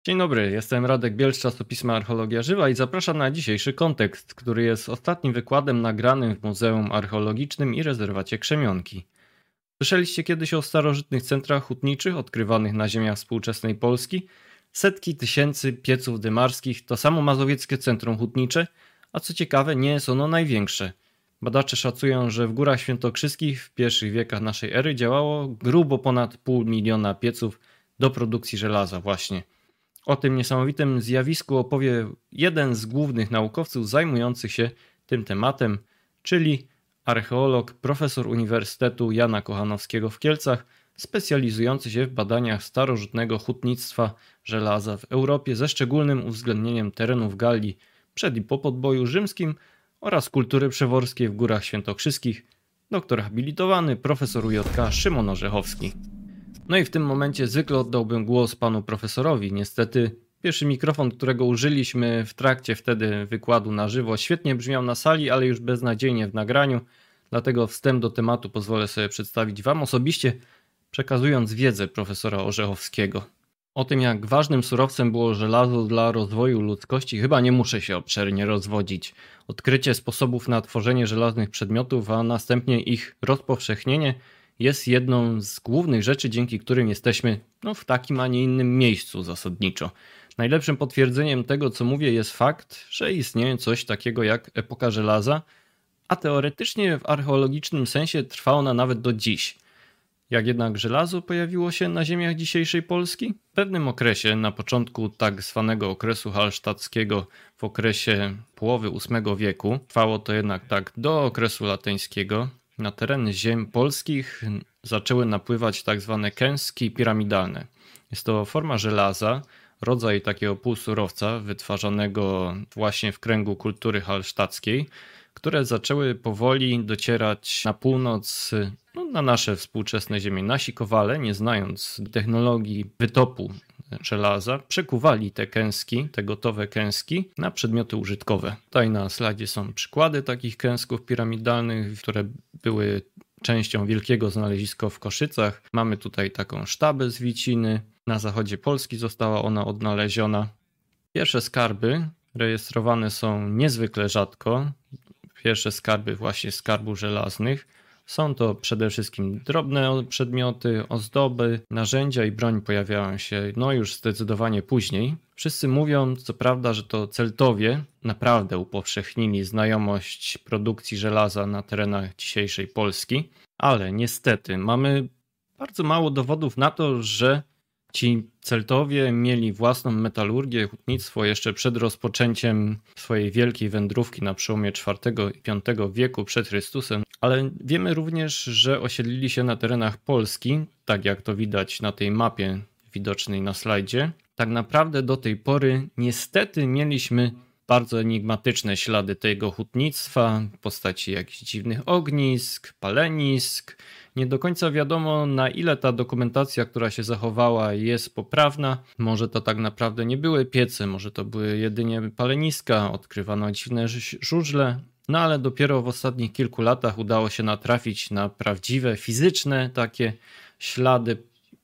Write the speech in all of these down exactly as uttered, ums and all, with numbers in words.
Dzień dobry, jestem Radek Biel z czasopisma Archeologia Żywa i zapraszam na dzisiejszy kontekst, który jest ostatnim wykładem nagranym w Muzeum Archeologicznym i Rezerwacie Krzemionki. Słyszeliście kiedyś o starożytnych centrach hutniczych odkrywanych na ziemiach współczesnej Polski? Setki tysięcy pieców dymarskich to samo mazowieckie centrum hutnicze, a co ciekawe nie jest ono największe. Badacze szacują, że w Górach Świętokrzyskich w pierwszych wiekach naszej ery działało grubo ponad pół miliona pieców do produkcji żelaza właśnie. O tym niesamowitym zjawisku opowie jeden z głównych naukowców zajmujących się tym tematem, czyli archeolog, profesor Uniwersytetu Jana Kochanowskiego w Kielcach, specjalizujący się w badaniach starożytnego hutnictwa żelaza w Europie ze szczególnym uwzględnieniem terenów Galii przed i po podboju rzymskim oraz kultury przeworskiej w Górach Świętokrzyskich, doktor habilitowany profesor U J K Szymon Orzechowski. No i w tym momencie zwykle oddałbym głos panu profesorowi. Niestety pierwszy mikrofon, którego użyliśmy w trakcie wtedy wykładu na żywo, świetnie brzmiał na sali, ale już beznadziejnie w nagraniu. Dlatego wstęp do tematu pozwolę sobie przedstawić wam osobiście, przekazując wiedzę profesora Orzechowskiego. O tym, jak ważnym surowcem było żelazo dla rozwoju ludzkości, chyba nie muszę się obszernie rozwodzić. Odkrycie sposobów na tworzenie żelaznych przedmiotów, a następnie ich rozpowszechnienie jest jedną z głównych rzeczy, dzięki którym jesteśmy no, w takim, a nie innym miejscu zasadniczo. Najlepszym potwierdzeniem tego, co mówię, jest fakt, że istnieje coś takiego jak epoka żelaza, a teoretycznie w archeologicznym sensie trwa ona nawet do dziś. Jak jednak żelazo pojawiło się na ziemiach dzisiejszej Polski? W pewnym okresie, na początku tak zwanego okresu halsztackiego, w okresie połowy ósmego wieku, trwało to jednak tak do okresu lateńskiego, na tereny ziem polskich zaczęły napływać tak zwane kęski piramidalne. Jest to forma żelaza, rodzaj takiego półsurowca wytwarzanego właśnie w kręgu kultury halsztackiej, które zaczęły powoli docierać na północ, no, na nasze współczesne ziemie. Nasi kowale, nie znając technologii wytopu żelaza, przekuwali te kęski, te gotowe kęski na przedmioty użytkowe. Tutaj na slajdzie są przykłady takich kęsków piramidalnych, które były częścią wielkiego znaleziska w Koszycach. Mamy tutaj taką sztabę z Wiciny. Na zachodzie Polski została ona odnaleziona. Pierwsze skarby rejestrowane są niezwykle rzadko. Pierwsze skarby właśnie skarbów żelaznych. Są to przede wszystkim drobne przedmioty, ozdoby, narzędzia i broń pojawiają się no już zdecydowanie później. Wszyscy mówią, co prawda, że to Celtowie naprawdę upowszechnili znajomość produkcji żelaza na terenach dzisiejszej Polski, ale niestety mamy bardzo mało dowodów na to, że ci Celtowie mieli własną metalurgię, hutnictwo jeszcze przed rozpoczęciem swojej wielkiej wędrówki na przełomie czwartego i piątego wieku przed Chrystusem, ale wiemy również, że osiedlili się na terenach Polski, tak jak to widać na tej mapie widocznej na slajdzie. Tak naprawdę do tej pory niestety mieliśmy bardzo enigmatyczne ślady tego hutnictwa w postaci jakichś dziwnych ognisk, palenisk. Nie do końca wiadomo, na ile ta dokumentacja, która się zachowała, jest poprawna. Może to tak naprawdę nie były piece, może to były jedynie paleniska, odkrywano dziwne żużle. No ale dopiero w ostatnich kilku latach udało się natrafić na prawdziwe, fizyczne takie ślady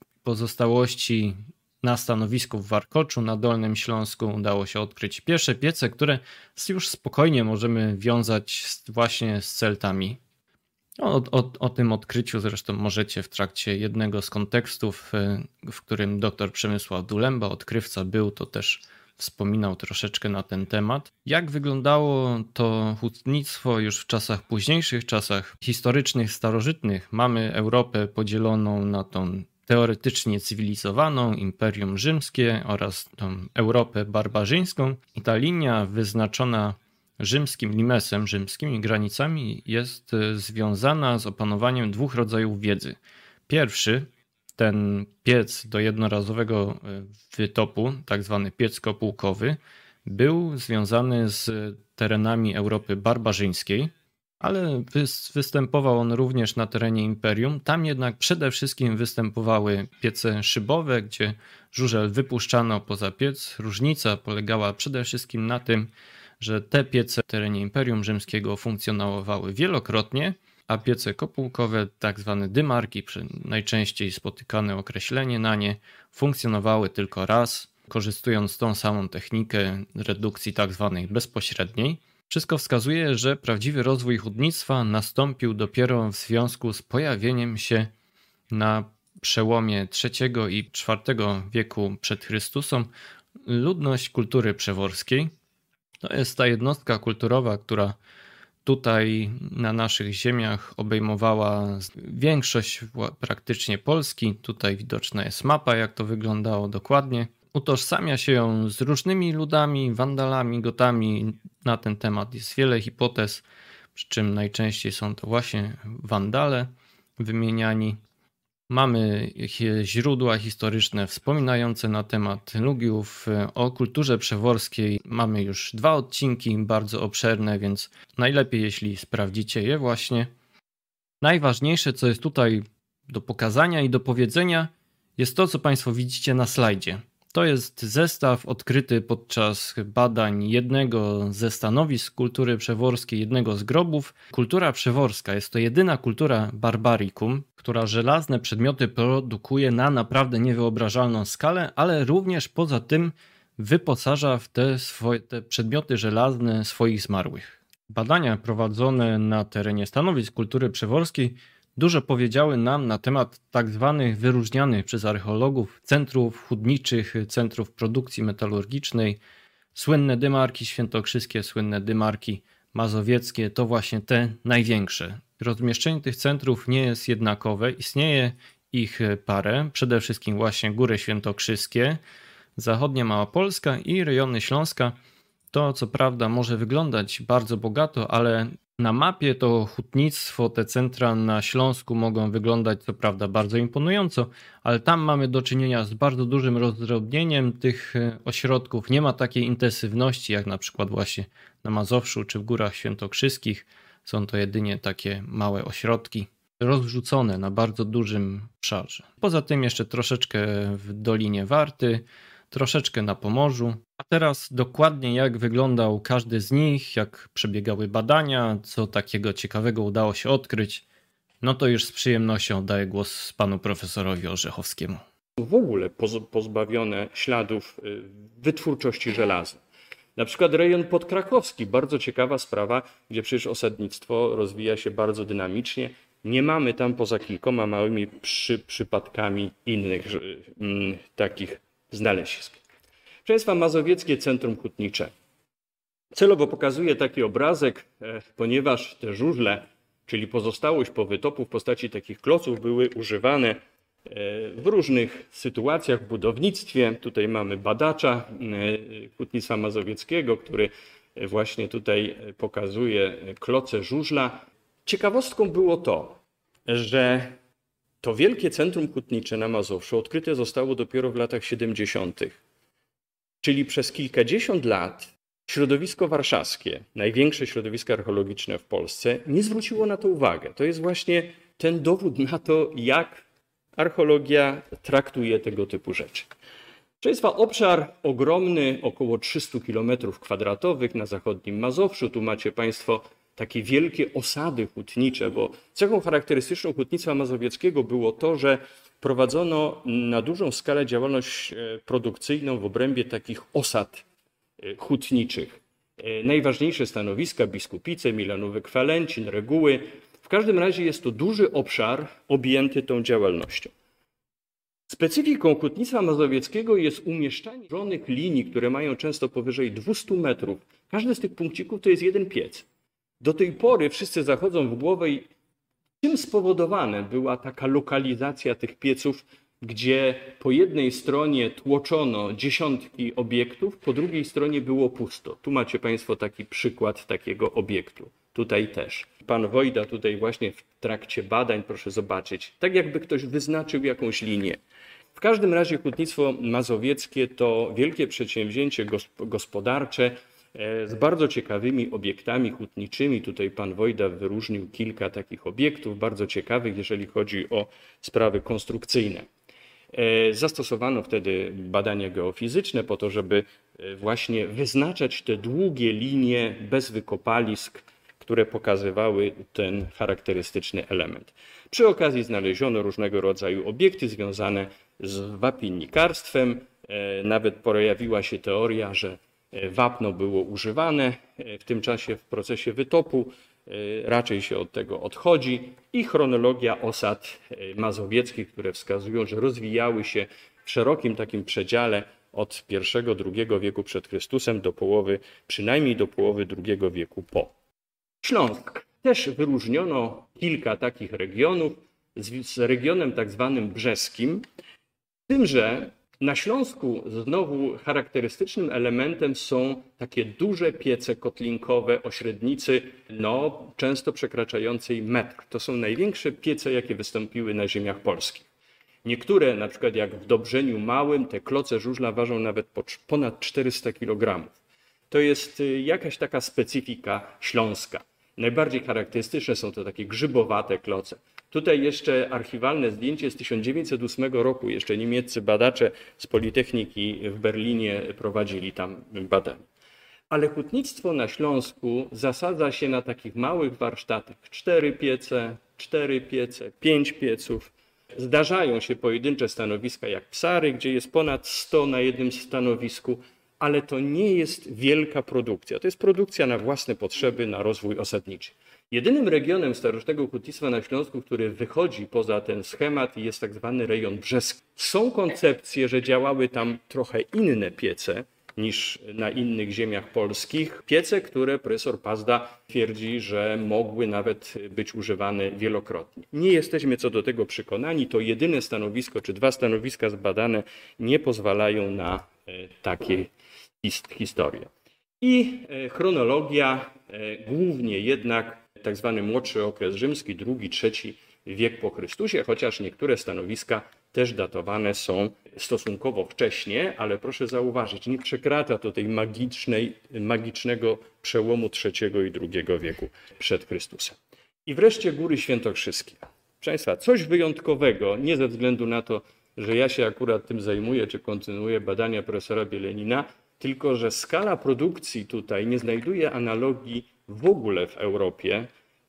pozostałości na stanowisku w Warkoczu na Dolnym Śląsku. Udało się odkryć pierwsze piece, które już spokojnie możemy wiązać właśnie z Celtami. O, o, o tym odkryciu zresztą możecie w trakcie jednego z kontekstów, w którym dr Przemysław Dulemba, odkrywca był, to też wspominał troszeczkę na ten temat. Jak wyglądało to hutnictwo już w czasach późniejszych, czasach historycznych, starożytnych? Mamy Europę podzieloną na tą teoretycznie cywilizowaną, Imperium Rzymskie oraz tą Europę barbarzyńską. I ta linia wyznaczona rzymskim limesem, rzymskimi granicami jest związana z opanowaniem dwóch rodzajów wiedzy. Pierwszy, ten piec do jednorazowego wytopu, tak zwany piec kopułkowy, był związany z terenami Europy barbarzyńskiej, ale występował on również na terenie Imperium. Tam jednak przede wszystkim występowały piece szybowe, gdzie żużel wypuszczano poza piec. Różnica polegała przede wszystkim na tym, że te piece w terenie Imperium Rzymskiego funkcjonowały wielokrotnie, a piece kopułkowe, tak zwane dymarki, najczęściej spotykane określenie na nie, funkcjonowały tylko raz. korzystując tą samą technikę redukcji tak zwanej bezpośredniej. Wszystko wskazuje, że prawdziwy rozwój hutnictwa nastąpił dopiero w związku z pojawieniem się na przełomie trzeciego i czwartego wieku przed Chrystusem ludność kultury przeworskiej. To jest ta jednostka kulturowa, która tutaj na naszych ziemiach obejmowała większość praktycznie Polski. Tutaj widoczna jest mapa, jak to wyglądało dokładnie. Utożsamia się ją z różnymi ludami, Wandalami, Gotami. Na ten temat jest wiele hipotez, przy czym najczęściej są to właśnie Wandale wymieniani. Mamy źródła historyczne wspominające na temat Lugiów. O kulturze przeworskiej mamy już dwa odcinki bardzo obszerne, więc najlepiej jeśli sprawdzicie je właśnie. Najważniejsze, co jest tutaj do pokazania i do powiedzenia, jest to, co Państwo widzicie na slajdzie. To jest zestaw odkryty podczas badań jednego ze stanowisk kultury przeworskiej, jednego z grobów. Kultura przeworska jest to jedyna kultura barbaricum, która żelazne przedmioty produkuje na naprawdę niewyobrażalną skalę, ale również poza tym wyposaża w te, swoje, te przedmioty żelazne swoich zmarłych. Badania prowadzone na terenie stanowisk kultury przeworskiej dużo powiedziały nam na temat tak zwanych wyróżnianych przez archeologów centrów hutniczych, centrów produkcji metalurgicznej. Słynne dymarki świętokrzyskie, słynne dymarki mazowieckie to właśnie te największe. Rozmieszczenie tych centrów nie jest jednakowe, istnieje ich parę, przede wszystkim właśnie Góry Świętokrzyskie, zachodnia Małopolska i rejony Śląska. To co prawda może wyglądać bardzo bogato, ale na mapie to hutnictwo, te centra na Śląsku mogą wyglądać co prawda bardzo imponująco, ale tam mamy do czynienia z bardzo dużym rozdrobnieniem tych ośrodków. Nie ma takiej intensywności jak na przykład właśnie na Mazowszu czy w Górach Świętokrzyskich. Są to jedynie takie małe ośrodki rozrzucone na bardzo dużym obszarze. Poza tym jeszcze troszeczkę w Dolinie Warty, troszeczkę na Pomorzu. A teraz dokładnie jak wyglądał każdy z nich, jak przebiegały badania, co takiego ciekawego udało się odkryć, no to już z przyjemnością oddaję głos panu profesorowi Orzechowskiemu. W ogóle pozbawione śladów wytwórczości żelaza. Na przykład rejon podkrakowski, bardzo ciekawa sprawa, gdzie przecież osadnictwo rozwija się bardzo dynamicznie. Nie mamy tam poza kilkoma małymi przy, przypadkami innych m, takich znalezisk. Proszę Państwa, Mazowieckie Centrum Hutnicze. Celowo pokazuję taki obrazek, ponieważ te żużle, czyli pozostałość po wytopu w postaci takich kloców, były używane w różnych sytuacjach w budownictwie. Tutaj mamy badacza hutnictwa mazowieckiego, który właśnie tutaj pokazuje kloce żużla. Ciekawostką było to, że to wielkie centrum hutnicze na Mazowszu odkryte zostało dopiero w latach siedemdziesiątych. Czyli przez kilkadziesiąt lat środowisko warszawskie, największe środowisko archeologiczne w Polsce, nie zwróciło na to uwagę. To jest właśnie ten dowód na to, jak archeologia traktuje tego typu rzeczy. Proszę Państwa, obszar ogromny, około trzysta kilometrów kwadratowych na zachodnim Mazowszu. Tu macie Państwo takie wielkie osady hutnicze, bo cechą charakterystyczną hutnictwa mazowieckiego było to, że prowadzono na dużą skalę działalność produkcyjną w obrębie takich osad hutniczych. Najważniejsze stanowiska: Biskupice, Milanówek, Falęcin, Reguły. W każdym razie jest to duży obszar objęty tą działalnością. Specyfiką hutnictwa mazowieckiego jest umieszczanie złożonych linii, które mają często powyżej dwieście metrów. Każdy z tych punkcików to jest jeden piec. Do tej pory wszyscy zachodzą w głowę i czym spowodowana była taka lokalizacja tych pieców, gdzie po jednej stronie tłoczono dziesiątki obiektów, po drugiej stronie było pusto. Tu macie Państwo taki przykład takiego obiektu. Tutaj też. Pan Wojda tutaj właśnie w trakcie badań, proszę zobaczyć, tak jakby ktoś wyznaczył jakąś linię. W każdym razie hutnictwo mazowieckie to wielkie przedsięwzięcie gospodarcze z bardzo ciekawymi obiektami hutniczymi. Tutaj pan Wojda wyróżnił kilka takich obiektów bardzo ciekawych, jeżeli chodzi o sprawy konstrukcyjne. Zastosowano wtedy badania geofizyczne po to, żeby właśnie wyznaczać te długie linie bez wykopalisk, które pokazywały ten charakterystyczny element. Przy okazji znaleziono różnego rodzaju obiekty związane z wapiennikarstwem, Nawet pojawiła się teoria, że wapno było używane w tym czasie w procesie wytopu. Raczej się od tego odchodzi i chronologia osad mazowieckich, które wskazują, że rozwijały się w szerokim takim przedziale od pierwszego do drugiego wieku przed Chrystusem do połowy, przynajmniej do połowy drugiego wieku po. Śląsk. Też wyróżniono kilka takich regionów z, z regionem tak zwanym brzeskim, z tym, że na Śląsku znowu charakterystycznym elementem są takie duże piece kotlinkowe o średnicy no, często przekraczającej metr. To są największe piece, jakie wystąpiły na ziemiach polskich. Niektóre, na przykład jak w Dobrzeniu Małym, te kloce żużla ważą nawet ponad czterysta kilogramów. To jest jakaś taka specyfika śląska. Najbardziej charakterystyczne są to takie grzybowate kloce. Tutaj jeszcze archiwalne zdjęcie z tysiąc dziewięćset ósmego roku. Jeszcze niemieccy badacze z Politechniki w Berlinie prowadzili tam badania. Ale hutnictwo na Śląsku zasadza się na takich małych warsztatach. Cztery piece, cztery piece, pięć pieców. Zdarzają się pojedyncze stanowiska jak Psary, gdzie jest ponad sto na jednym stanowisku, ale to nie jest wielka produkcja. To jest produkcja na własne potrzeby, na rozwój osadniczy. Jedynym regionem starożytnego hutnictwa na Śląsku, który wychodzi poza ten schemat, jest tak zwany rejon brzeski. Są koncepcje, że działały tam trochę inne piece niż na innych ziemiach polskich. Piece, które profesor Pazda twierdzi, że mogły nawet być używane wielokrotnie. Nie jesteśmy co do tego przekonani. To jedyne stanowisko, czy dwa stanowiska zbadane nie pozwalają na takie historie. I chronologia, głównie jednak tak zwany młodszy okres rzymski, drugi, trzeci wiek po Chrystusie, chociaż niektóre stanowiska też datowane są stosunkowo wcześnie, ale proszę zauważyć, nie przekracza to tej magicznej, magicznego przełomu trzeciego i drugiego wieku przed Chrystusem. I wreszcie Góry Świętokrzyskie. Proszę Państwa, coś wyjątkowego, nie ze względu na to, że ja się akurat tym zajmuję, czy kontynuuję badania profesora Bielenina, tylko że skala produkcji tutaj nie znajduje analogii w ogóle w Europie,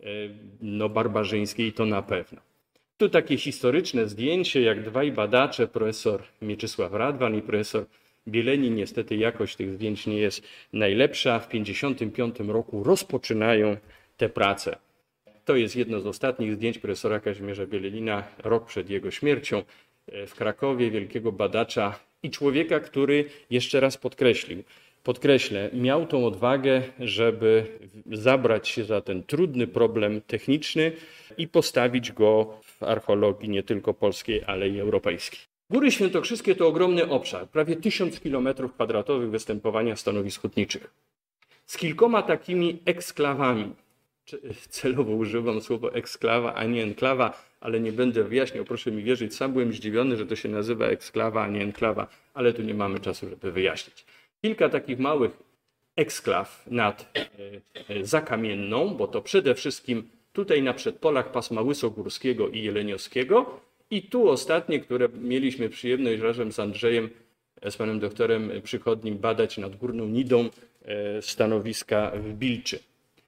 no barbarzyńskiej to na pewno. Tu takie historyczne zdjęcie, jak dwaj badacze, profesor Mieczysław Radwan i profesor Bielenin. Niestety jakość tych zdjęć nie jest najlepsza. W tysiąc dziewięćset pięćdziesiątym piątym roku rozpoczynają te prace. To jest jedno z ostatnich zdjęć profesora Kazimierza Bielenina, rok przed jego śmiercią w Krakowie, wielkiego badacza i człowieka, który, jeszcze raz podkreślił, podkreślę, miał tą odwagę, żeby zabrać się za ten trudny problem techniczny i postawić go w archeologii nie tylko polskiej, ale i europejskiej. Góry Świętokrzyskie to ogromny obszar, prawie tysiąc kilometrów kwadratowych występowania stanowisk hutniczych. Z kilkoma takimi eksklawami. Celowo używam słowa eksklawa, a nie enklawa, ale nie będę wyjaśniał, proszę mi wierzyć, sam byłem zdziwiony, że to się nazywa eksklawa, a nie enklawa, ale tu nie mamy czasu, żeby wyjaśnić. Kilka takich małych eksklaw nad Zakamienną, bo to przede wszystkim tutaj na przedpolach pasma Łysogórskiego i Jeleniowskiego i tu ostatnie, które mieliśmy przyjemność razem z Andrzejem, z panem doktorem Przychodnim badać nad Górną Nidą stanowiska w Bilczy.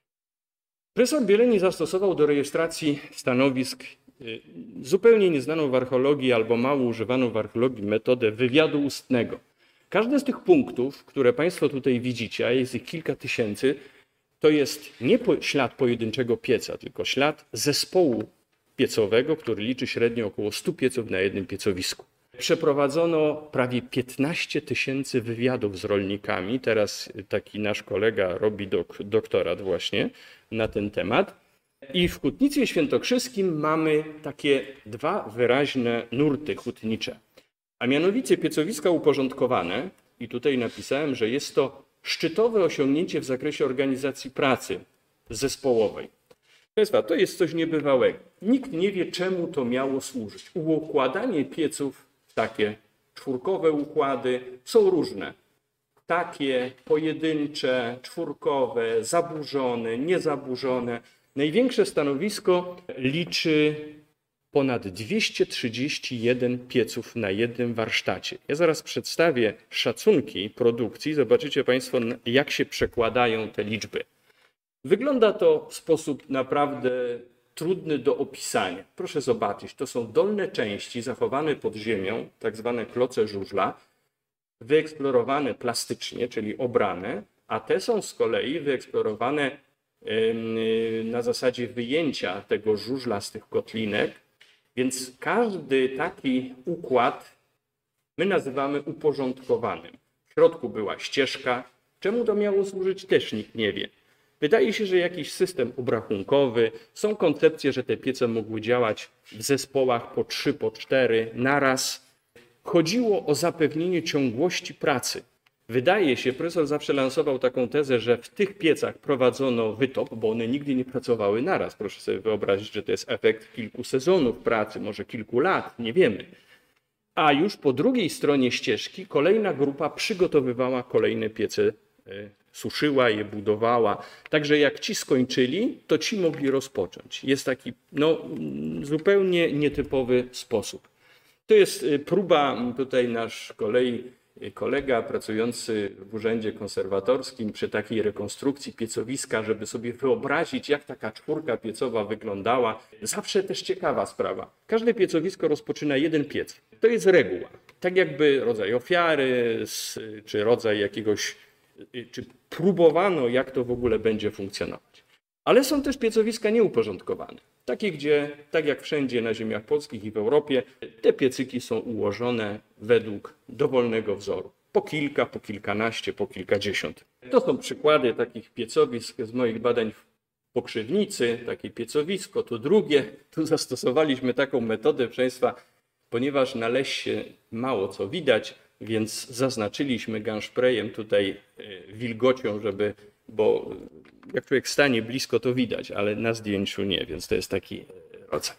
Profesor Bielenin zastosował do rejestracji stanowisk zupełnie nieznaną w archeologii albo mało używaną w archeologii metodę wywiadu ustnego. Każdy z tych punktów, które Państwo tutaj widzicie, a jest ich kilka tysięcy, to jest nie ślad pojedynczego pieca, tylko ślad zespołu piecowego, który liczy średnio około stu pieców na jednym piecowisku. Przeprowadzono prawie piętnaście tysięcy wywiadów z rolnikami. Teraz taki nasz kolega robi dok doktorat właśnie na ten temat. I w hutnictwie świętokrzyskim mamy takie dwa wyraźne nurty hutnicze. A mianowicie piecowiska uporządkowane, i tutaj napisałem, że jest to szczytowe osiągnięcie w zakresie organizacji pracy zespołowej. Państwa, to jest coś niebywałego. Nikt nie wie, czemu to miało służyć. Układanie pieców, takie czwórkowe układy, są różne. Takie pojedyncze, czwórkowe, zaburzone, niezaburzone. Największe stanowisko liczy ponad dwieście trzydzieści jeden pieców na jednym warsztacie. Ja zaraz przedstawię szacunki produkcji. Zobaczycie Państwo, jak się przekładają te liczby. Wygląda to w sposób naprawdę trudny do opisania. Proszę zobaczyć, to są dolne części zachowane pod ziemią, tak zwane kloce żużla. wyeksplorowane plastycznie, czyli obrane, a te są z kolei wyeksplorowane na zasadzie wyjęcia tego żużla z tych kotlinek, więc każdy taki układ my nazywamy uporządkowanym. W środku była ścieżka. Czemu to miało służyć, też nikt nie wie. Wydaje się, że jakiś system obrachunkowy, są koncepcje, że te piece mogły działać w zespołach po trzy, po cztery naraz. Chodziło o zapewnienie ciągłości pracy. Wydaje się, profesor zawsze lansował taką tezę, że w tych piecach prowadzono wytop, bo one nigdy nie pracowały naraz. Proszę sobie wyobrazić, że to jest efekt kilku sezonów pracy, może kilku lat, nie wiemy. A już po drugiej stronie ścieżki kolejna grupa przygotowywała kolejne piece, suszyła je, budowała. Także jak ci skończyli, to ci mogli rozpocząć. Jest taki no, zupełnie nietypowy sposób. To jest próba, tutaj nasz kolei kolega pracujący w Urzędzie Konserwatorskim przy takiej rekonstrukcji piecowiska, żeby sobie wyobrazić, jak taka czwórka piecowa wyglądała. Zawsze też ciekawa sprawa. Każde piecowisko rozpoczyna jeden piec. To jest reguła. Tak jakby rodzaj ofiary, czy rodzaj jakiegoś, czy próbowano, jak to w ogóle będzie funkcjonować. Ale są też piecowiska nieuporządkowane. Takie, gdzie, tak jak wszędzie na ziemiach polskich i w Europie, te piecyki są ułożone według dowolnego wzoru. Po kilka, po kilkanaście, po kilkadziesiąt. To są przykłady takich piecowisk z moich badań w Pokrzywnicy. Takie piecowisko, to drugie. Tu zastosowaliśmy taką metodę, proszę Państwa, ponieważ na lesie mało co widać, więc zaznaczyliśmy gunsplayem tutaj wilgocią, żeby, bo jak człowiek stanie blisko, to widać, ale na zdjęciu nie, więc to jest taki rodzaj.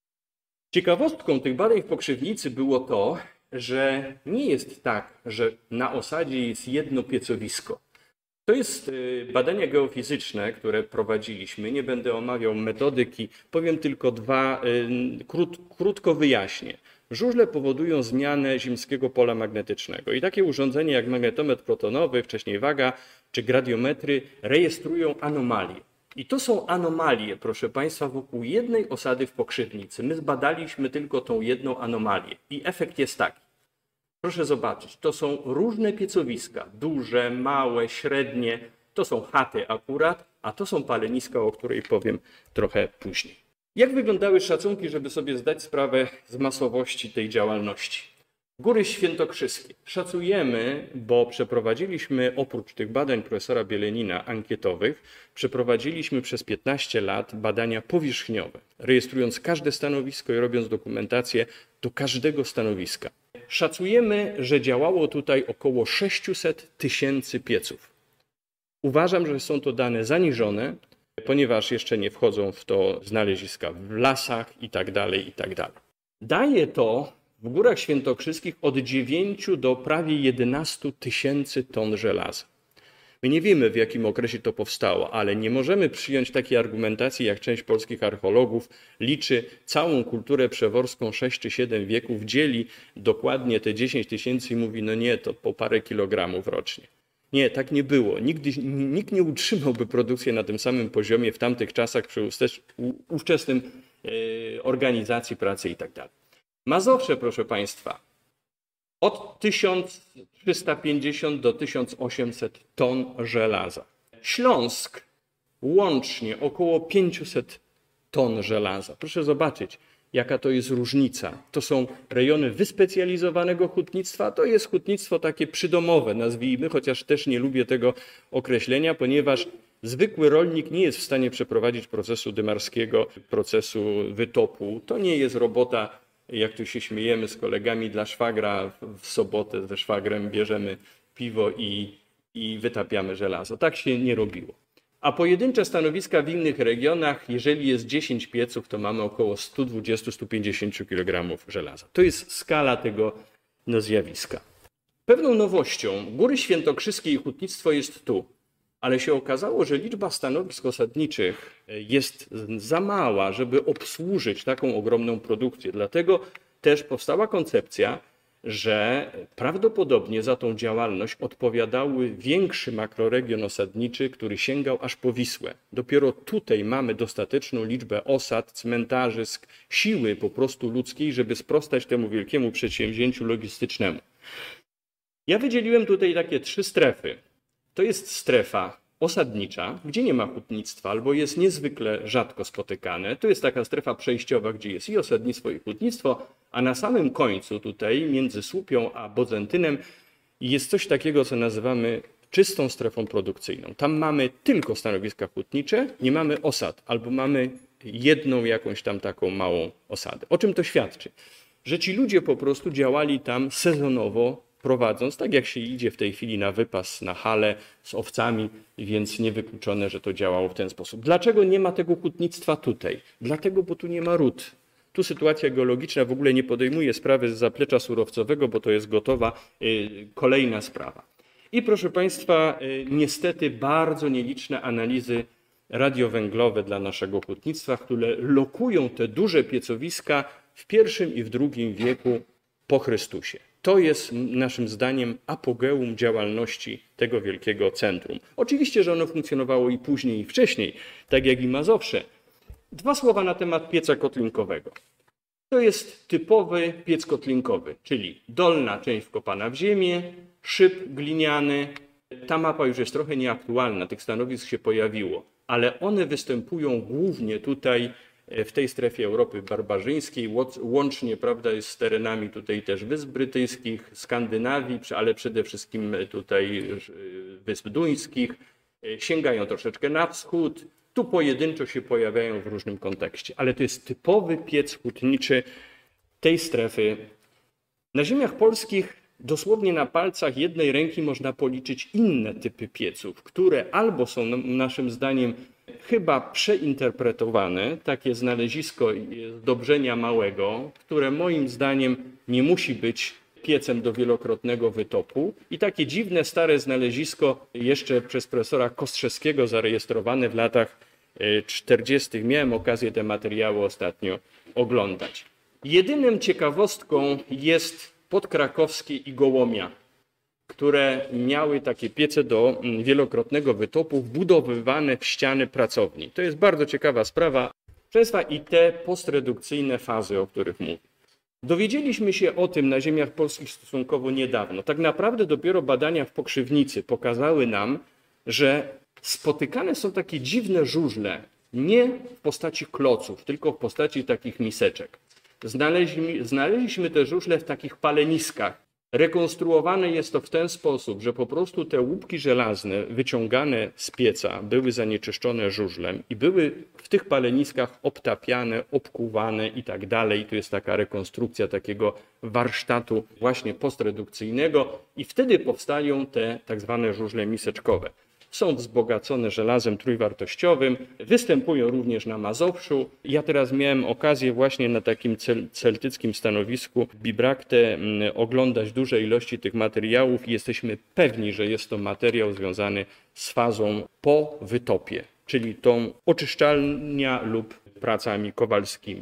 Ciekawostką tych badań w Pokrzywnicy było to, że nie jest tak, że na osadzie jest jedno piecowisko. To jest badania geofizyczne, które prowadziliśmy. Nie będę omawiał metodyki, powiem tylko dwa, krót, krótko wyjaśnię. Żużle powodują zmianę ziemskiego pola magnetycznego i takie urządzenia jak magnetometr protonowy, wcześniej waga czy gradiometry rejestrują anomalie. I to są anomalie, proszę Państwa, wokół jednej osady w Pokrzywnicy. My zbadaliśmy tylko tą jedną anomalię i efekt jest taki. Proszę zobaczyć, to są różne piecowiska, duże, małe, średnie, to są chaty akurat, a to są paleniska, o której powiem trochę później. Jak wyglądały szacunki, żeby sobie zdać sprawę z masowości tej działalności? Góry Świętokrzyskie. Szacujemy, bo przeprowadziliśmy oprócz tych badań profesora Bielenina ankietowych, przeprowadziliśmy przez piętnaście lat badania powierzchniowe, rejestrując każde stanowisko i robiąc dokumentację do każdego stanowiska. Szacujemy, że działało tutaj około sześćset tysięcy pieców. Uważam, że są to dane zaniżone, ponieważ jeszcze nie wchodzą w to znaleziska w lasach i tak dalej, i tak dalej. Daje to w Górach Świętokrzyskich od dziewięciu do prawie jedenastu tysięcy ton żelaza. My nie wiemy, w jakim okresie to powstało, ale nie możemy przyjąć takiej argumentacji, jak część polskich archeologów liczy całą kulturę przeworską sześć czy siedem wieków, dzieli dokładnie te dziesięć tysięcy i mówi, no nie, to po parę kilogramów rocznie. Nie, tak nie było. Nigdy, nikt nie utrzymałby produkcji na tym samym poziomie w tamtych czasach przy ówczesnym organizacji pracy i tak dalej. Mazowsze, proszę Państwa, od tysiąc trzysta pięćdziesiąt do tysiąc osiemset ton żelaza. Śląsk łącznie około pięćset ton żelaza. Proszę zobaczyć, jaka to jest różnica. To są rejony wyspecjalizowanego hutnictwa, a to jest hutnictwo takie przydomowe, nazwijmy, chociaż też nie lubię tego określenia, ponieważ zwykły rolnik nie jest w stanie przeprowadzić procesu dymarskiego, procesu wytopu. To nie jest robota, jak tu się śmiejemy z kolegami, dla szwagra w sobotę ze szwagrem bierzemy piwo i, i wytapiamy żelazo. Tak się nie robiło. A pojedyncze stanowiska w innych regionach, jeżeli jest dziesięć pieców, to mamy około sto dwadzieścia do stu pięćdziesięciu kilogramów żelaza. To jest skala tego no, zjawiska. Pewną nowością Góry Świętokrzyskie i hutnictwo jest tu, ale się okazało, że liczba stanowisk osadniczych jest za mała, żeby obsłużyć taką ogromną produkcję. Dlatego też powstała koncepcja, że prawdopodobnie za tą działalność odpowiadały większy makroregion osadniczy, który sięgał aż po Wisłę. Dopiero tutaj mamy dostateczną liczbę osad, cmentarzysk, siły po prostu ludzkiej, żeby sprostać temu wielkiemu przedsięwzięciu logistycznemu. Ja wydzieliłem tutaj takie trzy strefy. To jest strefa osadnicza, gdzie nie ma hutnictwa albo jest niezwykle rzadko spotykane. To jest taka strefa przejściowa, gdzie jest i osadnictwo, i hutnictwo, a na samym końcu tutaj między Słupią a Bodzentynem jest coś takiego, co nazywamy czystą strefą produkcyjną. Tam mamy tylko stanowiska hutnicze, nie mamy osad, albo mamy jedną jakąś tam taką małą osadę. O czym to świadczy? Że ci ludzie po prostu działali tam sezonowo, prowadząc, tak jak się idzie w tej chwili na wypas, na halę z owcami, więc niewykluczone, że to działało w ten sposób. Dlaczego nie ma tego hutnictwa tutaj? Dlatego, bo tu nie ma ród. Tu sytuacja geologiczna w ogóle nie podejmuje sprawy z zaplecza surowcowego, bo to jest gotowa y, kolejna sprawa. I proszę Państwa, y, niestety bardzo nieliczne analizy radiowęglowe dla naszego hutnictwa, które lokują te duże piecowiska w pierwszym i w drugim wieku po Chrystusie. To jest naszym zdaniem apogeum działalności tego wielkiego centrum. Oczywiście, że ono funkcjonowało i później, i wcześniej, tak jak i Mazowsze. Dwa słowa na temat pieca kotlinkowego. To jest typowy piec kotlinkowy, czyli dolna część wkopana w ziemię, szyb gliniany. Ta mapa już jest trochę nieaktualna, tych stanowisk się pojawiło, ale one występują głównie tutaj w tej strefie Europy barbarzyńskiej, łącznie, prawda, jest z terenami tutaj też Wysp Brytyjskich, Skandynawii, ale przede wszystkim tutaj Wysp Duńskich. Sięgają troszeczkę na wschód, tu pojedynczo się pojawiają w różnym kontekście, ale to jest typowy piec hutniczy tej strefy. Na ziemiach polskich dosłownie na palcach jednej ręki można policzyć inne typy pieców, które albo są naszym zdaniem chyba przeinterpretowane, takie znalezisko zdobrzenia małego, które moim zdaniem nie musi być piecem do wielokrotnego wytopu, i takie dziwne stare znalezisko jeszcze przez profesora Kostrzewskiego zarejestrowane w latach czterdziestych. Miałem okazję te materiały ostatnio oglądać. Jedyną ciekawostką jest podkrakowskie i Gołomia, które miały takie piece do wielokrotnego wytopu wbudowywane w ściany pracowni. To jest bardzo ciekawa sprawa. Proszę Państwa, i te postredukcyjne fazy, o których mówię. Dowiedzieliśmy się o tym na ziemiach polskich stosunkowo niedawno. Tak naprawdę dopiero badania w Pokrzywnicy pokazały nam, że spotykane są takie dziwne żużle, nie w postaci kloców, tylko w postaci takich miseczek. Znaleźliśmy, znaleźliśmy te żużle w takich paleniskach. Rekonstruowane jest to w ten sposób, że po prostu te łupki żelazne wyciągane z pieca były zanieczyszczone żużlem i były w tych paleniskach obtapiane, obkuwane i tak dalej. Tu jest taka rekonstrukcja takiego warsztatu właśnie postredukcyjnego i wtedy powstają te tak zwane żużle miseczkowe. Są wzbogacone żelazem trójwartościowym, występują również na Mazowszu. Ja teraz miałem okazję właśnie na takim cel celtyckim stanowisku w Bibracte oglądać duże ilości tych materiałów i jesteśmy pewni, że jest to materiał związany z fazą po wytopie, czyli tą oczyszczalnia lub pracami kowalskimi.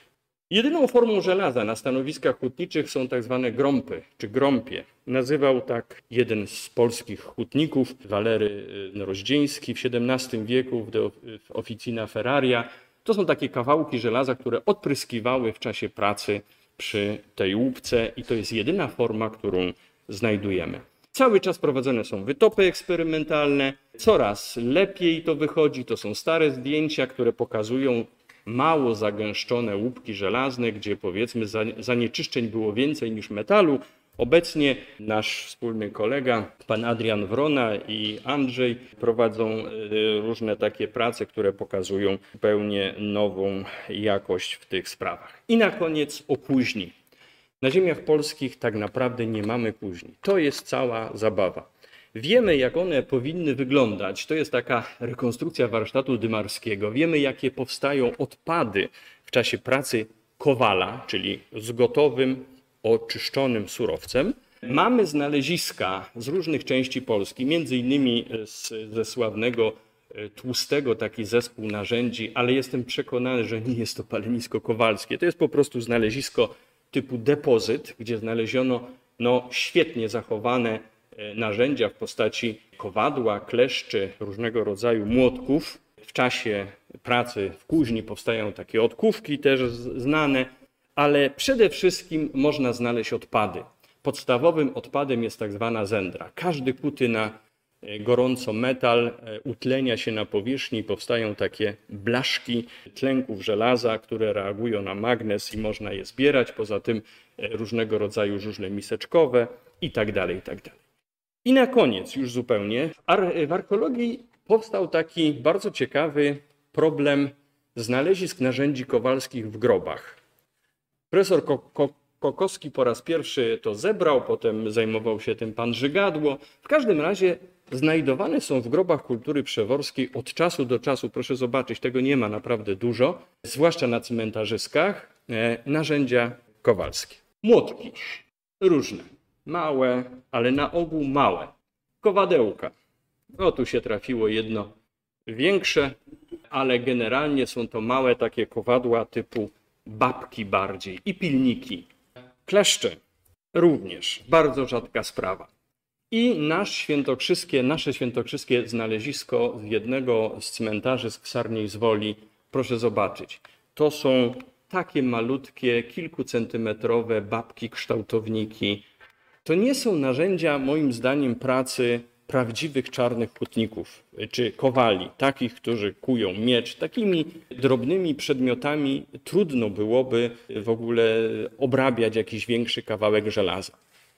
Jedyną formą żelaza na stanowiskach hutniczych są tak zwane grąpy czy grąpie. Nazywał tak jeden z polskich hutników, Walery Rozdzieński w siedemnastym wieku w Officina Ferraria. To są takie kawałki żelaza, które odpryskiwały w czasie pracy przy tej łupce i to jest jedyna forma, którą znajdujemy. Cały czas prowadzone są wytopy eksperymentalne, coraz lepiej to wychodzi. To są stare zdjęcia, które pokazują mało zagęszczone łupki żelazne, gdzie powiedzmy zanieczyszczeń było więcej niż metalu. Obecnie nasz wspólny kolega, pan Adrian Wrona i Andrzej prowadzą różne takie prace, które pokazują zupełnie nową jakość w tych sprawach. I na koniec o kuźni. Na ziemiach polskich tak naprawdę nie mamy kuźni. To jest cała zabawa. Wiemy, jak one powinny wyglądać. To jest taka rekonstrukcja warsztatu dymarskiego. Wiemy, jakie powstają odpady w czasie pracy kowala, czyli z gotowym, oczyszczonym surowcem. Mamy znaleziska z różnych części Polski, między innymi z, ze sławnego Tłustego, taki zespół narzędzi, ale jestem przekonany, że nie jest to palenisko kowalskie. To jest po prostu znalezisko typu depozyt, gdzie znaleziono no, świetnie zachowane narzędzia w postaci kowadła, kleszczy, różnego rodzaju młotków. W czasie pracy w kuźni powstają takie odkówki też znane, ale przede wszystkim można znaleźć odpady. podstawowym odpadem jest tak zwana zędra. Każdy kuty na gorąco metal utlenia się na powierzchni i powstają takie blaszki tlenków żelaza, które reagują na magnez i można je zbierać. Poza tym różnego rodzaju żużle miseczkowe i tak dalej, i tak dalej. I na koniec już zupełnie w archeologii powstał taki bardzo ciekawy problem znalezisk narzędzi kowalskich w grobach. Profesor Ko Ko Kokowski po raz pierwszy to zebrał, potem zajmował się tym pan Żygadło. W każdym razie znajdowane są w grobach kultury przeworskiej od czasu do czasu, proszę zobaczyć, tego nie ma naprawdę dużo, zwłaszcza na cmentarzyskach, narzędzia kowalskie. Młotki różne, małe, ale na ogół małe. Kowadełka. O, tu się trafiło jedno większe, ale generalnie są to małe takie kowadła typu babki bardziej i pilniki. Kleszcze również, bardzo rzadka sprawa. I nasz świętokrzyskie, nasze świętokrzyskie znalezisko z jednego z cmentarzysk w Sarniej z Woli, proszę zobaczyć, to są takie malutkie, kilkucentymetrowe babki, kształtowniki. To nie są narzędzia, moim zdaniem, pracy prawdziwych czarnych hutników czy kowali, takich, którzy kują miecz. Takimi drobnymi przedmiotami trudno byłoby w ogóle obrabiać jakiś większy kawałek żelaza.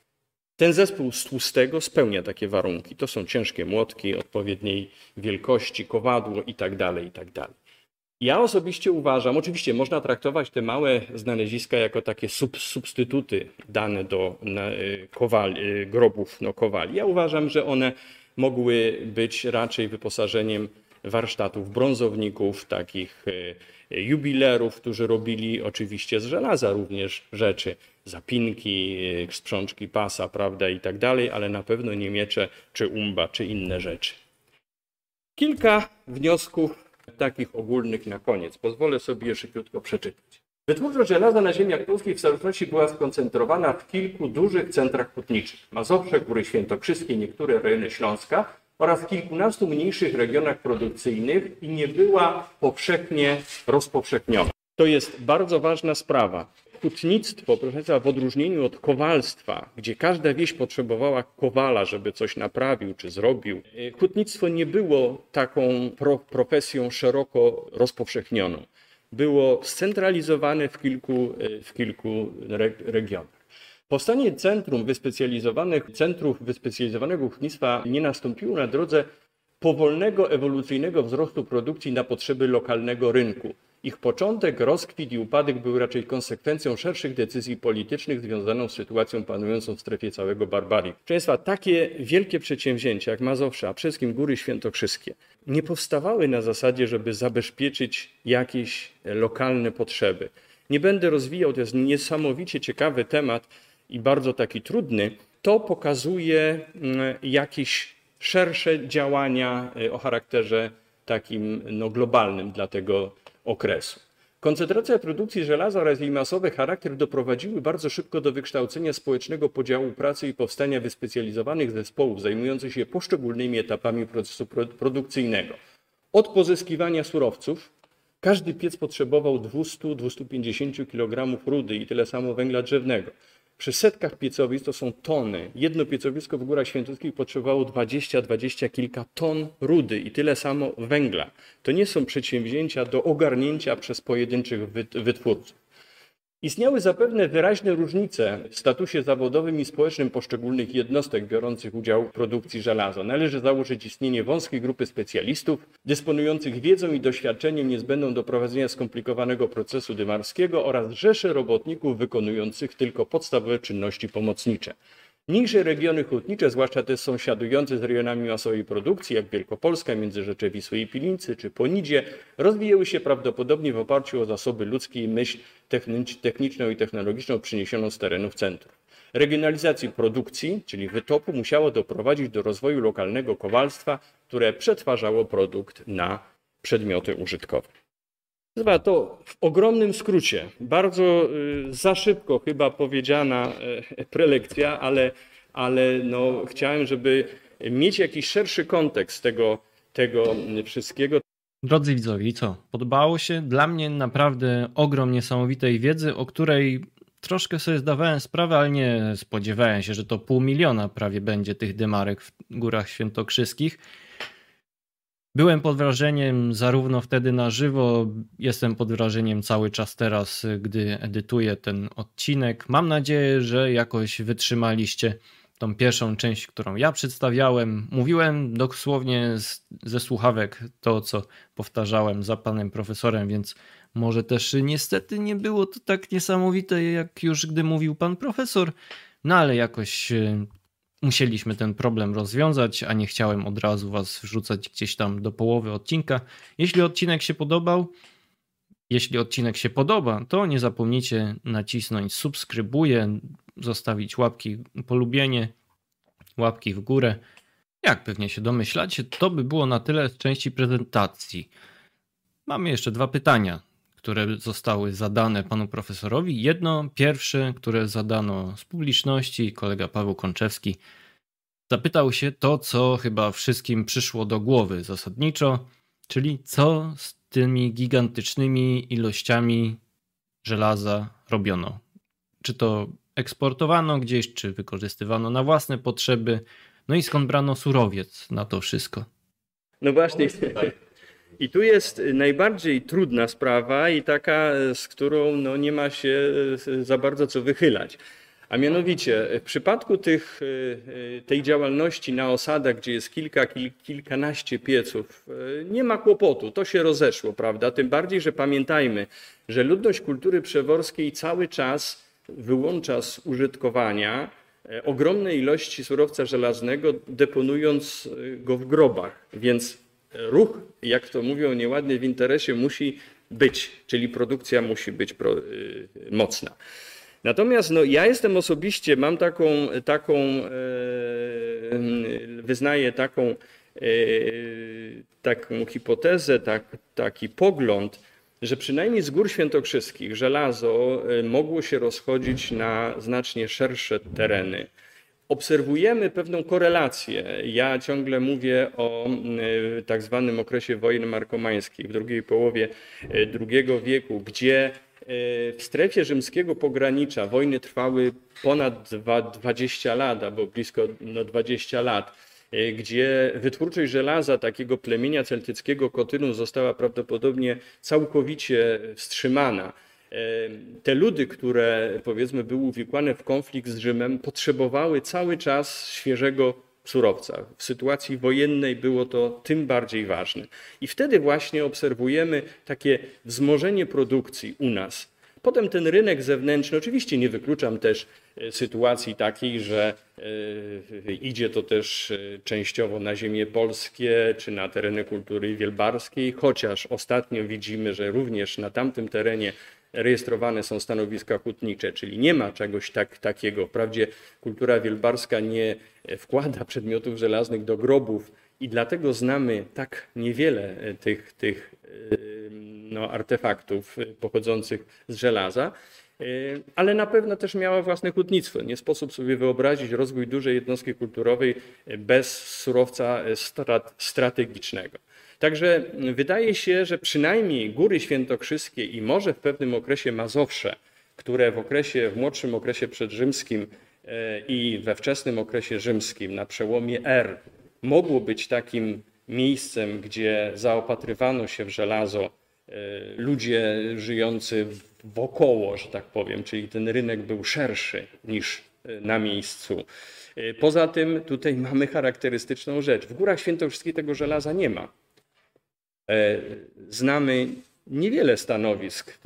Ten zespół z tłustego spełnia takie warunki. To są ciężkie młotki odpowiedniej wielkości, kowadło itd., itd. Ja osobiście uważam, oczywiście można traktować te małe znaleziska jako takie sub, substytuty dane do na, kowali, grobów no, kowali. Ja uważam, że one mogły być raczej wyposażeniem warsztatów brązowników, takich jubilerów, którzy robili oczywiście z żelaza również rzeczy, zapinki, sprzączki pasa, prawda, i tak dalej, ale na pewno nie miecze, czy umba, czy inne rzeczy. Kilka wniosków takich ogólnych na koniec. Pozwolę sobie je szybciutko przeczytać. Wytwórczość żelaza na ziemiach polskich w starożytności była skoncentrowana w kilku dużych centrach hutniczych. Mazowsze, Góry Świętokrzyskie, niektóre rejony Śląska oraz w kilkunastu mniejszych regionach produkcyjnych i nie była powszechnie rozpowszechniona. To jest bardzo ważna sprawa. Hutnictwo, proszę Państwa, w odróżnieniu od kowalstwa, gdzie każda wieś potrzebowała kowala, żeby coś naprawił czy zrobił, hutnictwo nie było taką pro, profesją szeroko rozpowszechnioną. Było scentralizowane w kilku, w kilku regionach. Powstanie centrum wyspecjalizowanych, centrów wyspecjalizowanego hutnictwa nie nastąpiło na drodze powolnego, ewolucyjnego wzrostu produkcji na potrzeby lokalnego rynku. Ich początek, rozkwit i upadek był raczej konsekwencją szerszych decyzji politycznych związaną z sytuacją panującą w strefie całego Barbarii. Proszę Państwa, takie wielkie przedsięwzięcia jak Mazowsze, a przede wszystkim Góry Świętokrzyskie, nie powstawały na zasadzie, żeby zabezpieczyć jakieś lokalne potrzeby. Nie będę rozwijał, to jest niesamowicie ciekawy temat i bardzo taki trudny. To pokazuje jakieś szersze działania o charakterze takim no, globalnym dla tego okresu. Koncentracja produkcji żelaza oraz jej masowy charakter doprowadziły bardzo szybko do wykształcenia społecznego podziału pracy i powstania wyspecjalizowanych zespołów zajmujących się poszczególnymi etapami procesu produkcyjnego. Od pozyskiwania surowców każdy piec potrzebował dwieście do dwustu pięćdziesięciu kilogramów rudy i tyle samo węgla drzewnego. Przy setkach piecowisk to są tony. Jedno piecowisko w Górach Świętokrzyskich potrzebowało dwadzieścia, dwadzieścia kilka ton rudy i tyle samo węgla. To nie są przedsięwzięcia do ogarnięcia przez pojedynczych wytwórców. Istniały zapewne wyraźne różnice w statusie zawodowym i społecznym poszczególnych jednostek biorących udział w produkcji żelaza. Należy założyć istnienie wąskiej grupy specjalistów dysponujących wiedzą i doświadczeniem niezbędną do prowadzenia skomplikowanego procesu dymarskiego oraz rzesze robotników wykonujących tylko podstawowe czynności pomocnicze. Mniejsze regiony hutnicze, zwłaszcza te sąsiadujące z rejonami masowej produkcji, jak Wielkopolska, Międzyrzecze Wisły i Pilińcy czy Ponidzie, rozwijały się prawdopodobnie w oparciu o zasoby ludzkie i myśl techniczną i technologiczną przyniesioną z terenów centrów. Regionalizacji produkcji, czyli wytopu, musiało doprowadzić do rozwoju lokalnego kowalstwa, które przetwarzało produkt na przedmioty użytkowe. Chyba to w ogromnym skrócie, bardzo za szybko chyba powiedziana prelekcja, ale, ale no, chciałem, żeby mieć jakiś szerszy kontekst tego, tego wszystkiego. Drodzy widzowie, i co? Podobało się? Dla mnie naprawdę ogrom niesamowitej wiedzy, o której troszkę sobie zdawałem sprawę, ale nie spodziewałem się, że to pół miliona prawie będzie tych dymarek w Górach Świętokrzyskich. Byłem pod wrażeniem zarówno wtedy na żywo, jestem pod wrażeniem cały czas teraz, gdy edytuję ten odcinek. Mam nadzieję, że jakoś wytrzymaliście tą pierwszą część, którą ja przedstawiałem. Mówiłem dosłownie z, ze słuchawek to, co powtarzałem za panem profesorem, więc może też niestety nie było to tak niesamowite, jak już gdy mówił pan profesor, no ale jakoś musieliśmy ten problem rozwiązać, a nie chciałem od razu was wrzucać gdzieś tam do połowy odcinka. Jeśli odcinek się podobał, jeśli odcinek się podoba, to nie zapomnijcie nacisnąć subskrybuję, zostawić łapki polubienie, łapki w górę. Jak pewnie się domyślacie, to by było na tyle z części prezentacji. Mamy jeszcze dwa pytania, które zostały zadane panu profesorowi. Jedno pierwsze, które zadano z publiczności, kolega Paweł Konczewski zapytał się to, co chyba wszystkim przyszło do głowy zasadniczo, czyli co z tymi gigantycznymi ilościami żelaza robiono. Czy to eksportowano gdzieś, czy wykorzystywano na własne potrzeby, no i skąd brano surowiec na to wszystko? No właśnie. I tu jest najbardziej trudna sprawa i taka, z którą no nie ma się za bardzo co wychylać. A mianowicie w przypadku tych, tej działalności na osadach, gdzie jest kilka, kil, kilkanaście pieców, nie ma kłopotu, to się rozeszło, prawda? Tym bardziej, że pamiętajmy, że ludność kultury przeworskiej cały czas wyłącza z użytkowania ogromne ilości surowca żelaznego, deponując go w grobach, więc ruch, jak to mówią nieładnie w interesie, musi być, czyli produkcja musi być pro, y, mocna. Natomiast no, ja jestem osobiście, mam taką, taką e, wyznaję taką, e, taką hipotezę, tak, taki pogląd, że przynajmniej z Gór Świętokrzyskich żelazo mogło się rozchodzić na znacznie szersze tereny. Obserwujemy pewną korelację. Ja ciągle mówię o tak zwanym okresie wojen markomańskich w drugiej połowie drugiego wieku, gdzie w strefie rzymskiego pogranicza wojny trwały ponad dwadzieścia lat, albo blisko no, dwadzieścia lat, gdzie wytwórczość żelaza takiego plemienia celtyckiego Kotynu została prawdopodobnie całkowicie wstrzymana. Te ludy, które powiedzmy były uwikłane w konflikt z Rzymem, potrzebowały cały czas świeżego surowca. W sytuacji wojennej było to tym bardziej ważne. I wtedy właśnie obserwujemy takie wzmożenie produkcji u nas. Potem ten rynek zewnętrzny, oczywiście nie wykluczam też sytuacji takiej, że idzie to też częściowo na ziemię polskie czy na tereny kultury wielbarskiej, chociaż ostatnio widzimy, że również na tamtym terenie rejestrowane są stanowiska hutnicze, czyli nie ma czegoś tak, takiego. Wprawdzie kultura wielbarska nie wkłada przedmiotów żelaznych do grobów i dlatego znamy tak niewiele tych, tych no, artefaktów pochodzących z żelaza, ale na pewno też miała własne hutnictwo. Nie sposób sobie wyobrazić rozwój dużej jednostki kulturowej bez surowca strat, strategicznego. Także wydaje się, że przynajmniej Góry Świętokrzyskie i może w pewnym okresie Mazowsze, które w okresie, w młodszym okresie przedrzymskim i we wczesnym okresie rzymskim na przełomie er mogło być takim miejscem, gdzie zaopatrywano się w żelazo ludzie żyjący wokoło, że tak powiem, czyli ten rynek był szerszy niż na miejscu. Poza tym tutaj mamy charakterystyczną rzecz. W Górach Świętokrzyskich tego żelaza nie ma. Znamy niewiele stanowisk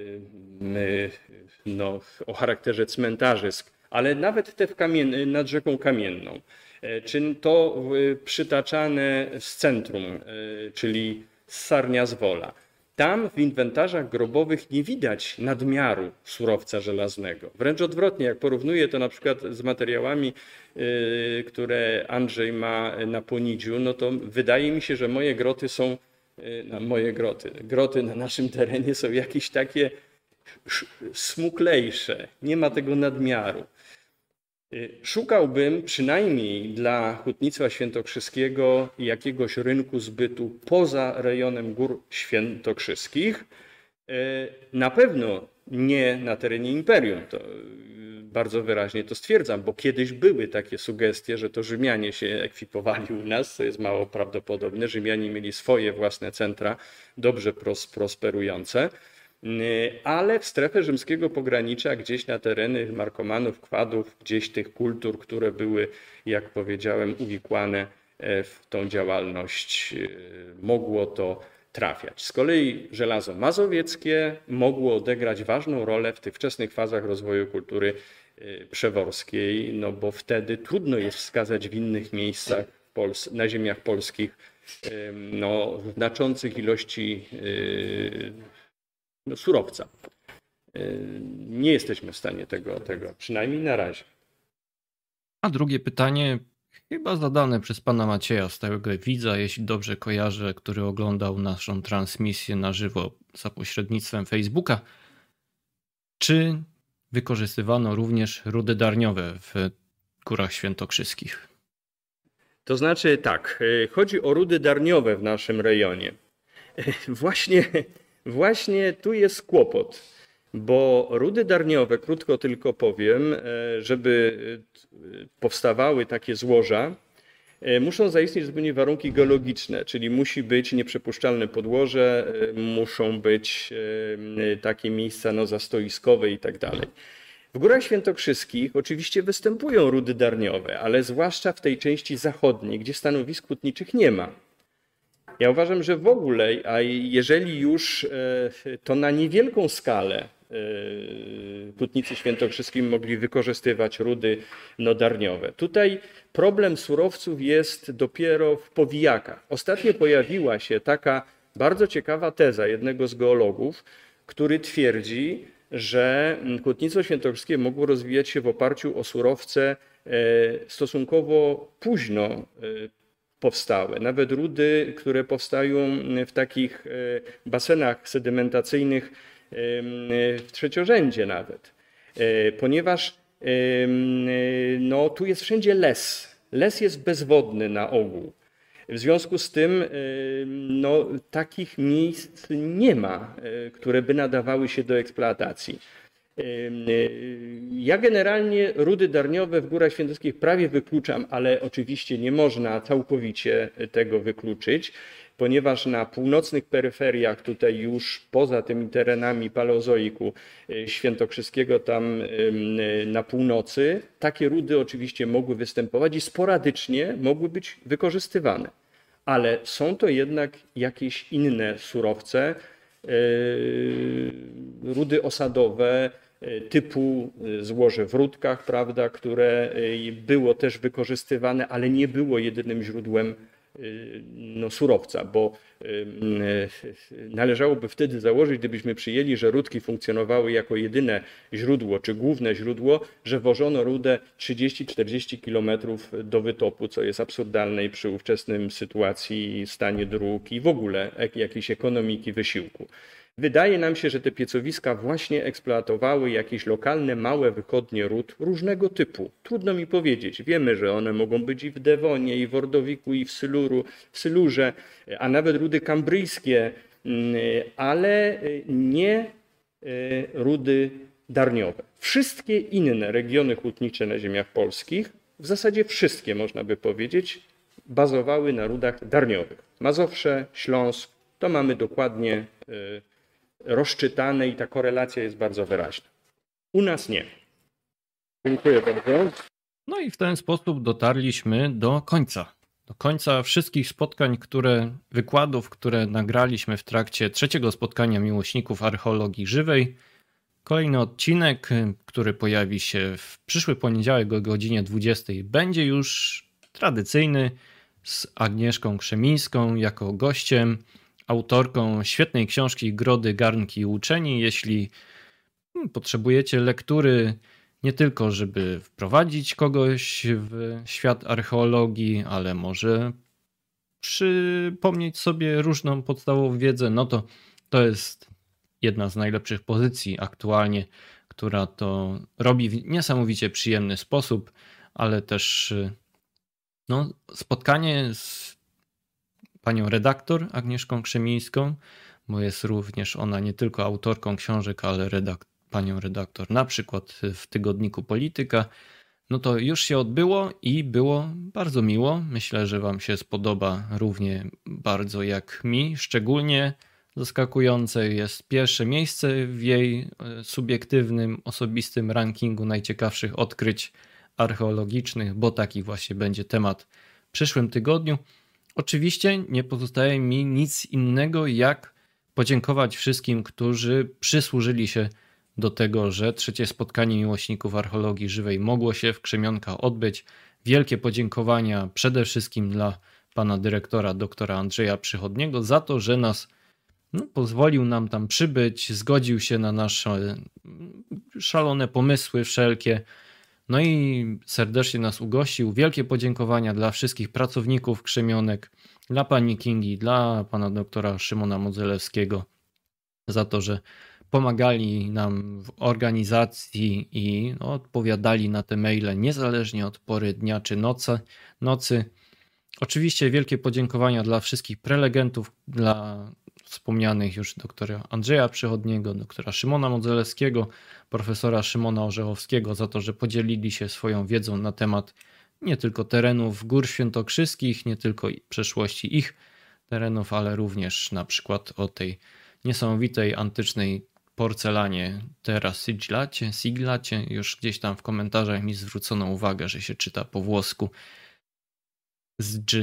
no, o charakterze cmentarzysk, ale nawet te w kamien- nad rzeką Kamienną, czy to przytaczane z centrum, czyli z Sarnia-Zwola. Tam w inwentarzach grobowych nie widać nadmiaru surowca żelaznego. Wręcz odwrotnie, jak porównuję to na przykład z materiałami, które Andrzej ma na Ponidziu, no to wydaje mi się, że moje groty są, no moje groty, groty na naszym terenie są jakieś takie smuklejsze, nie ma tego nadmiaru. Szukałbym przynajmniej dla hutnictwa świętokrzyskiego jakiegoś rynku zbytu poza rejonem Gór Świętokrzyskich. Na pewno nie na terenie imperium. To bardzo wyraźnie to stwierdzam, bo kiedyś były takie sugestie, że to Rzymianie się ekwipowali u nas, co jest mało prawdopodobne. Rzymianie mieli swoje własne centra, dobrze pros, prosperujące, ale w strefę rzymskiego pogranicza, gdzieś na tereny Markomanów, Kwadów, gdzieś tych kultur, które były, jak powiedziałem, uwikłane w tą działalność, mogło to trafiać. Z kolei żelazo mazowieckie mogło odegrać ważną rolę w tych wczesnych fazach rozwoju kultury przeworskiej, no bo wtedy trudno jest wskazać w innych miejscach w Pols- na ziemiach polskich no, znaczących ilości no, surowca. Nie jesteśmy w stanie tego, tego, przynajmniej na razie. A drugie pytanie, chyba zadane przez pana Macieja, stałego widza, jeśli dobrze kojarzę, który oglądał naszą transmisję na żywo za pośrednictwem Facebooka. Czy wykorzystywano również rudy darniowe w Górach Świętokrzyskich? To znaczy tak, chodzi o rudy darniowe w naszym rejonie. Właśnie, właśnie tu jest kłopot, bo rudy darniowe, krótko tylko powiem, żeby powstawały takie złoża, muszą zaistnieć zupełnie warunki geologiczne, czyli musi być nieprzepuszczalne podłoże, muszą być takie miejsca no, zastoiskowe i tak dalej. W Górach Świętokrzyskich oczywiście występują rudy darniowe, ale zwłaszcza w tej części zachodniej, gdzie stanowisk hutniczych nie ma. Ja uważam, że w ogóle, a jeżeli już, to na niewielką skalę hutnicy świętokrzyskim mogli wykorzystywać rudy no, darniowe. Tutaj problem surowców jest dopiero w powijakach. Ostatnio pojawiła się taka bardzo ciekawa teza jednego z geologów, który twierdzi, że hutnictwo świętokrzyskie mogło rozwijać się w oparciu o surowce stosunkowo późno powstałe. Nawet rudy, które powstają w takich basenach sedymentacyjnych w trzeciorzędzie nawet, ponieważ no, tu jest wszędzie les. Les jest bezwodny na ogół. W związku z tym no, takich miejsc nie ma, które by nadawały się do eksploatacji. Ja generalnie rudy darniowe w Górach Świętokrzyskich prawie wykluczam, ale oczywiście nie można całkowicie tego wykluczyć, ponieważ na północnych peryferiach, tutaj już poza tymi terenami paleozoiku świętokrzyskiego, tam na północy, takie rudy oczywiście mogły występować i sporadycznie mogły być wykorzystywane. Ale są to jednak jakieś inne surowce, rudy osadowe, typu złoże w Rudkach, prawda, które było też wykorzystywane, ale nie było jedynym źródłem no, surowca, bo należałoby wtedy założyć, gdybyśmy przyjęli, że rudki funkcjonowały jako jedyne źródło, czy główne źródło, że wożono rudę trzydzieści czterdzieści kilometrów do wytopu, co jest absurdalne przy ówczesnym sytuacji, stanie dróg i w ogóle jakiejś ekonomiki wysiłku. Wydaje nam się, że te piecowiska właśnie eksploatowały jakieś lokalne, małe wychodnie ród różnego typu. Trudno mi powiedzieć. Wiemy, że one mogą być i w Dewonie, i w Ordowiku, i w Syluru, w Sylurze, a nawet rudy kambryjskie, ale nie rudy darniowe. Wszystkie inne regiony hutnicze na ziemiach polskich, w zasadzie wszystkie można by powiedzieć, bazowały na rudach darniowych. Mazowsze, Śląsk, to mamy dokładnie rozczytane i ta korelacja jest bardzo wyraźna. U nas nie. Dziękuję bardzo. No i w ten sposób dotarliśmy do końca. Do końca wszystkich spotkań, które, wykładów, które nagraliśmy w trakcie trzeciego spotkania miłośników archeologii żywej. Kolejny odcinek, który pojawi się w przyszły poniedziałek o godzinie dwudziestej, będzie już tradycyjny, z Agnieszką Krzemińską jako gościem, autorką świetnej książki Grody, Garnki i Uczeni. Jeśli potrzebujecie lektury nie tylko, żeby wprowadzić kogoś w świat archeologii, ale może przypomnieć sobie różną podstawową wiedzę, no to to jest jedna z najlepszych pozycji aktualnie, która to robi w niesamowicie przyjemny sposób, ale też no, spotkanie z panią redaktor Agnieszką Krzemińską, bo jest również ona nie tylko autorką książek, ale redak- panią redaktor, na przykład w tygodniku Polityka, no to już się odbyło i było bardzo miło. Myślę, że wam się spodoba równie bardzo jak mi. Szczególnie zaskakujące jest pierwsze miejsce w jej subiektywnym, osobistym rankingu najciekawszych odkryć archeologicznych, bo taki właśnie będzie temat w przyszłym tygodniu. Oczywiście nie pozostaje mi nic innego jak podziękować wszystkim, którzy przysłużyli się do tego, że trzecie spotkanie miłośników archeologii żywej mogło się w Krzemionkach odbyć. Wielkie podziękowania przede wszystkim dla pana dyrektora, doktora Andrzeja Przychodniego za to, że nas no, pozwolił nam tam przybyć, zgodził się na nasze szalone pomysły wszelkie, no i serdecznie nas ugościł. Wielkie podziękowania dla wszystkich pracowników Krzemionek, dla pani Kingi, dla pana doktora Szymona Modzelewskiego za to, że pomagali nam w organizacji i no, odpowiadali na te maile niezależnie od pory dnia czy nocy. nocy. Oczywiście wielkie podziękowania dla wszystkich prelegentów, dla wspomnianych już doktora Andrzeja Przychodniego, doktora Szymona Modzelewskiego, profesora Szymona Orzechowskiego za to, że podzielili się swoją wiedzą na temat nie tylko terenów Gór Świętokrzyskich, nie tylko przeszłości ich terenów, ale również na przykład o tej niesamowitej antycznej porcelanie Terra Sigillacie, Sigillacie. Już gdzieś tam w komentarzach mi zwrócono uwagę, że się czyta po włosku z G.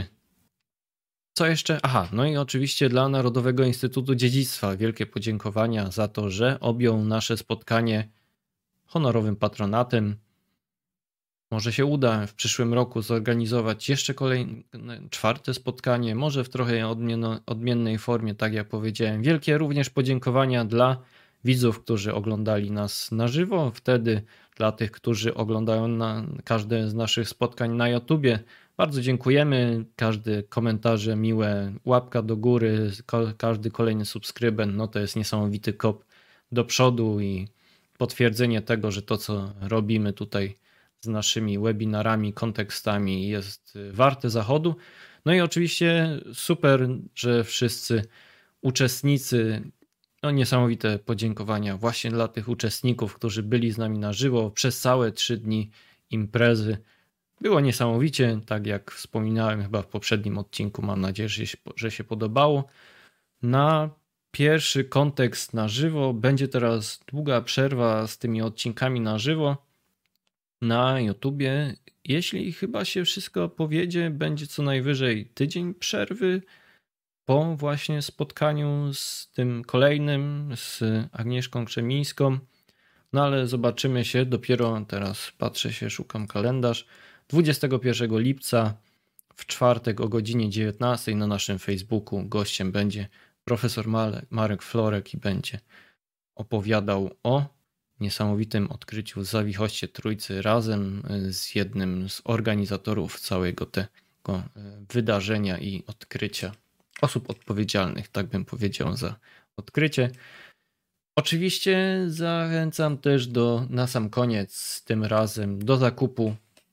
Co jeszcze? Aha, no i oczywiście dla Narodowego Instytutu Dziedzictwa wielkie podziękowania za to, że objął nasze spotkanie honorowym patronatem. Może się uda w przyszłym roku zorganizować jeszcze kolejne czwarte spotkanie, może w trochę odmienno, odmiennej formie, tak jak powiedziałem. Wielkie również podziękowania dla widzów, którzy oglądali nas na żywo, wtedy dla tych, którzy oglądają na każde z naszych spotkań na YouTubie. Bardzo dziękujemy. Każdy komentarze miłe, łapka do góry, każdy kolejny subskrybent, no to jest niesamowity kop do przodu i potwierdzenie tego, że to, co robimy tutaj z naszymi webinarami, kontekstami jest warte zachodu. No i oczywiście super, że wszyscy uczestnicy, no niesamowite podziękowania właśnie dla tych uczestników, którzy byli z nami na żywo przez całe trzy dni imprezy. Było niesamowicie, tak jak wspominałem chyba w poprzednim odcinku, mam nadzieję, że się, że się podobało. Na pierwszy kontekst na żywo będzie teraz długa przerwa z tymi odcinkami na żywo na YouTubie. Jeśli chyba się wszystko powiedzie, będzie co najwyżej tydzień przerwy po właśnie spotkaniu z tym kolejnym, z Agnieszką Krzemińską. No ale zobaczymy się dopiero, teraz patrzę się, szukam kalendarz, dwudziestego pierwszego lipca w czwartek o godzinie dziewiętnastej na naszym Facebooku gościem będzie profesor Marek Florek i będzie opowiadał o niesamowitym odkryciu w Zawichoście Trójcy razem z jednym z organizatorów całego tego wydarzenia i odkrycia, osób odpowiedzialnych, tak bym powiedział, za odkrycie. Oczywiście zachęcam też do, na sam koniec tym razem, do zakupu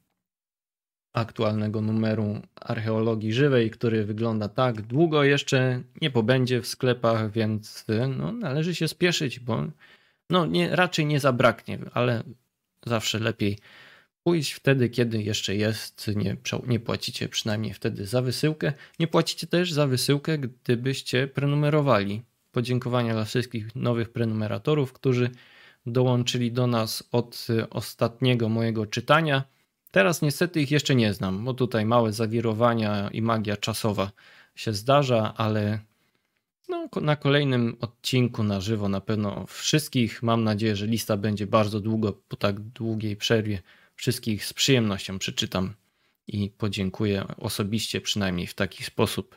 aktualnego numeru Archeologii Żywej, który wygląda tak. Długo jeszcze nie pobędzie w sklepach, więc no, należy się spieszyć, bo no, nie, raczej nie zabraknie, ale zawsze lepiej pójść wtedy, kiedy jeszcze jest. Nie, nie płacicie przynajmniej wtedy za wysyłkę. Nie płacicie też za wysyłkę, gdybyście prenumerowali. Podziękowania dla wszystkich nowych prenumeratorów, którzy dołączyli do nas od ostatniego mojego czytania. Teraz niestety ich jeszcze nie znam, bo tutaj małe zawirowania i magia czasowa się zdarza, ale no, na kolejnym odcinku na żywo na pewno wszystkich, mam nadzieję, że lista będzie bardzo długo, po tak długiej przerwie, wszystkich z przyjemnością przeczytam i podziękuję osobiście przynajmniej w taki sposób.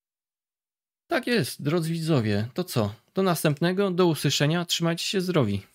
Tak jest, drodzy widzowie, to co? Do następnego, do usłyszenia, trzymajcie się zdrowi.